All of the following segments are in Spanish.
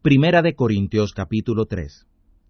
Primera de Corintios capítulo 3.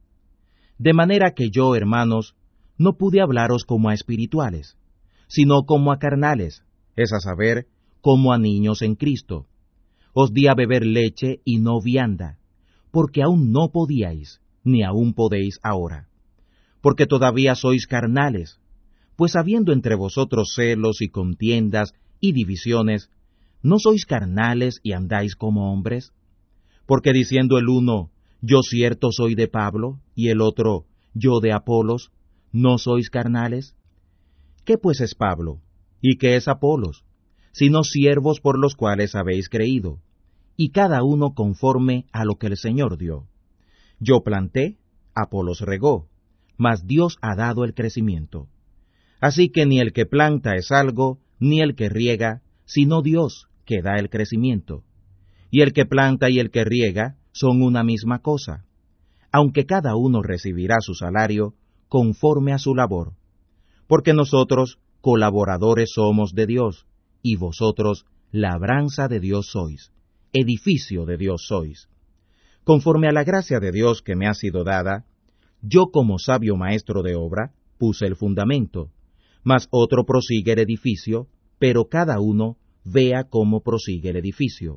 De manera que yo, hermanos, no pude hablaros como a espirituales, sino como a carnales, es a saber, como a niños en Cristo. Os di a beber leche y no vianda, porque aún no podíais, ni aún podéis ahora. Porque todavía sois carnales, pues habiendo entre vosotros celos y contiendas y divisiones, ¿no sois carnales y andáis como hombres? Porque diciendo el uno, yo cierto soy de Pablo, y el otro, yo de Apolos, ¿no sois carnales? ¿Qué pues es Pablo? ¿Y qué es Apolos? Sino siervos por los cuales habéis creído, y cada uno conforme a lo que el Señor dio. Yo planté, Apolos regó, mas Dios ha dado el crecimiento. Así que ni el que planta es algo, ni el que riega, sino Dios que da el crecimiento. Y el que planta y el que riega son una misma cosa, aunque cada uno recibirá su salario conforme a su labor. Porque nosotros colaboradores somos de Dios, y vosotros labranza de Dios sois, edificio de Dios sois. Conforme a la gracia de Dios que me ha sido dada, yo como sabio maestro de obra puse el fundamento, mas otro prosigue el edificio, pero cada uno vea cómo prosigue el edificio.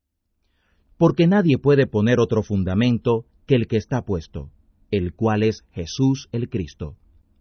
Porque nadie puede poner otro fundamento que el que está puesto, el cual es Jesús el Cristo.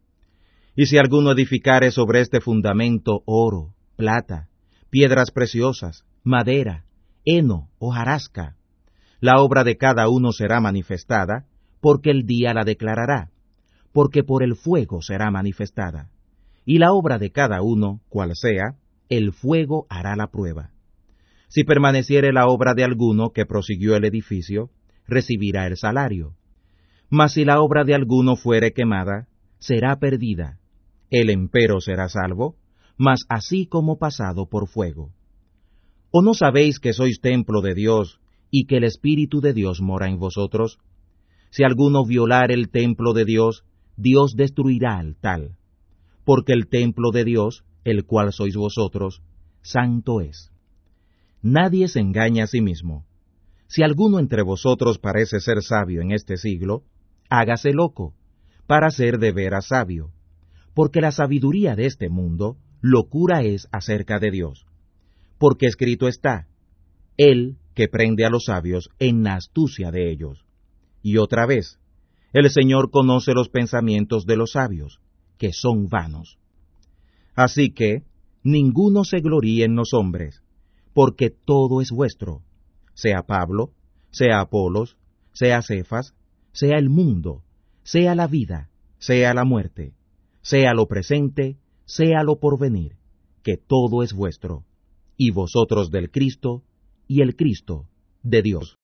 Y si alguno edificare sobre este fundamento oro, plata, piedras preciosas, madera, heno, hojarasca, la obra de cada uno será manifestada, porque el día la declarará, porque por el fuego será manifestada. Y la obra de cada uno, cual sea, el fuego hará la prueba. Si permaneciere la obra de alguno que prosiguió el edificio, recibirá el salario. Mas si la obra de alguno fuere quemada, será perdida. Él empero será salvo, mas así como pasado por fuego. ¿O no sabéis que sois templo de Dios, y que el Espíritu de Dios mora en vosotros? Si alguno violar el templo de Dios, Dios destruirá al tal. Porque el templo de Dios, el cual sois vosotros, santo es. Nadie se engaña a sí mismo. Si alguno entre vosotros parece ser sabio en este siglo, hágase loco, para ser de veras sabio. Porque la sabiduría de este mundo, locura es acerca de Dios. Porque escrito está, Él que prende a los sabios en la astucia de ellos. Y otra vez, el Señor conoce los pensamientos de los sabios, que son vanos. Así que, ninguno se gloríe en los hombres, porque todo es vuestro, sea Pablo, sea Apolos, sea Cefas, sea el mundo, sea la vida, sea la muerte, sea lo presente, sea lo porvenir, que todo es vuestro, y vosotros del Cristo, y el Cristo de Dios.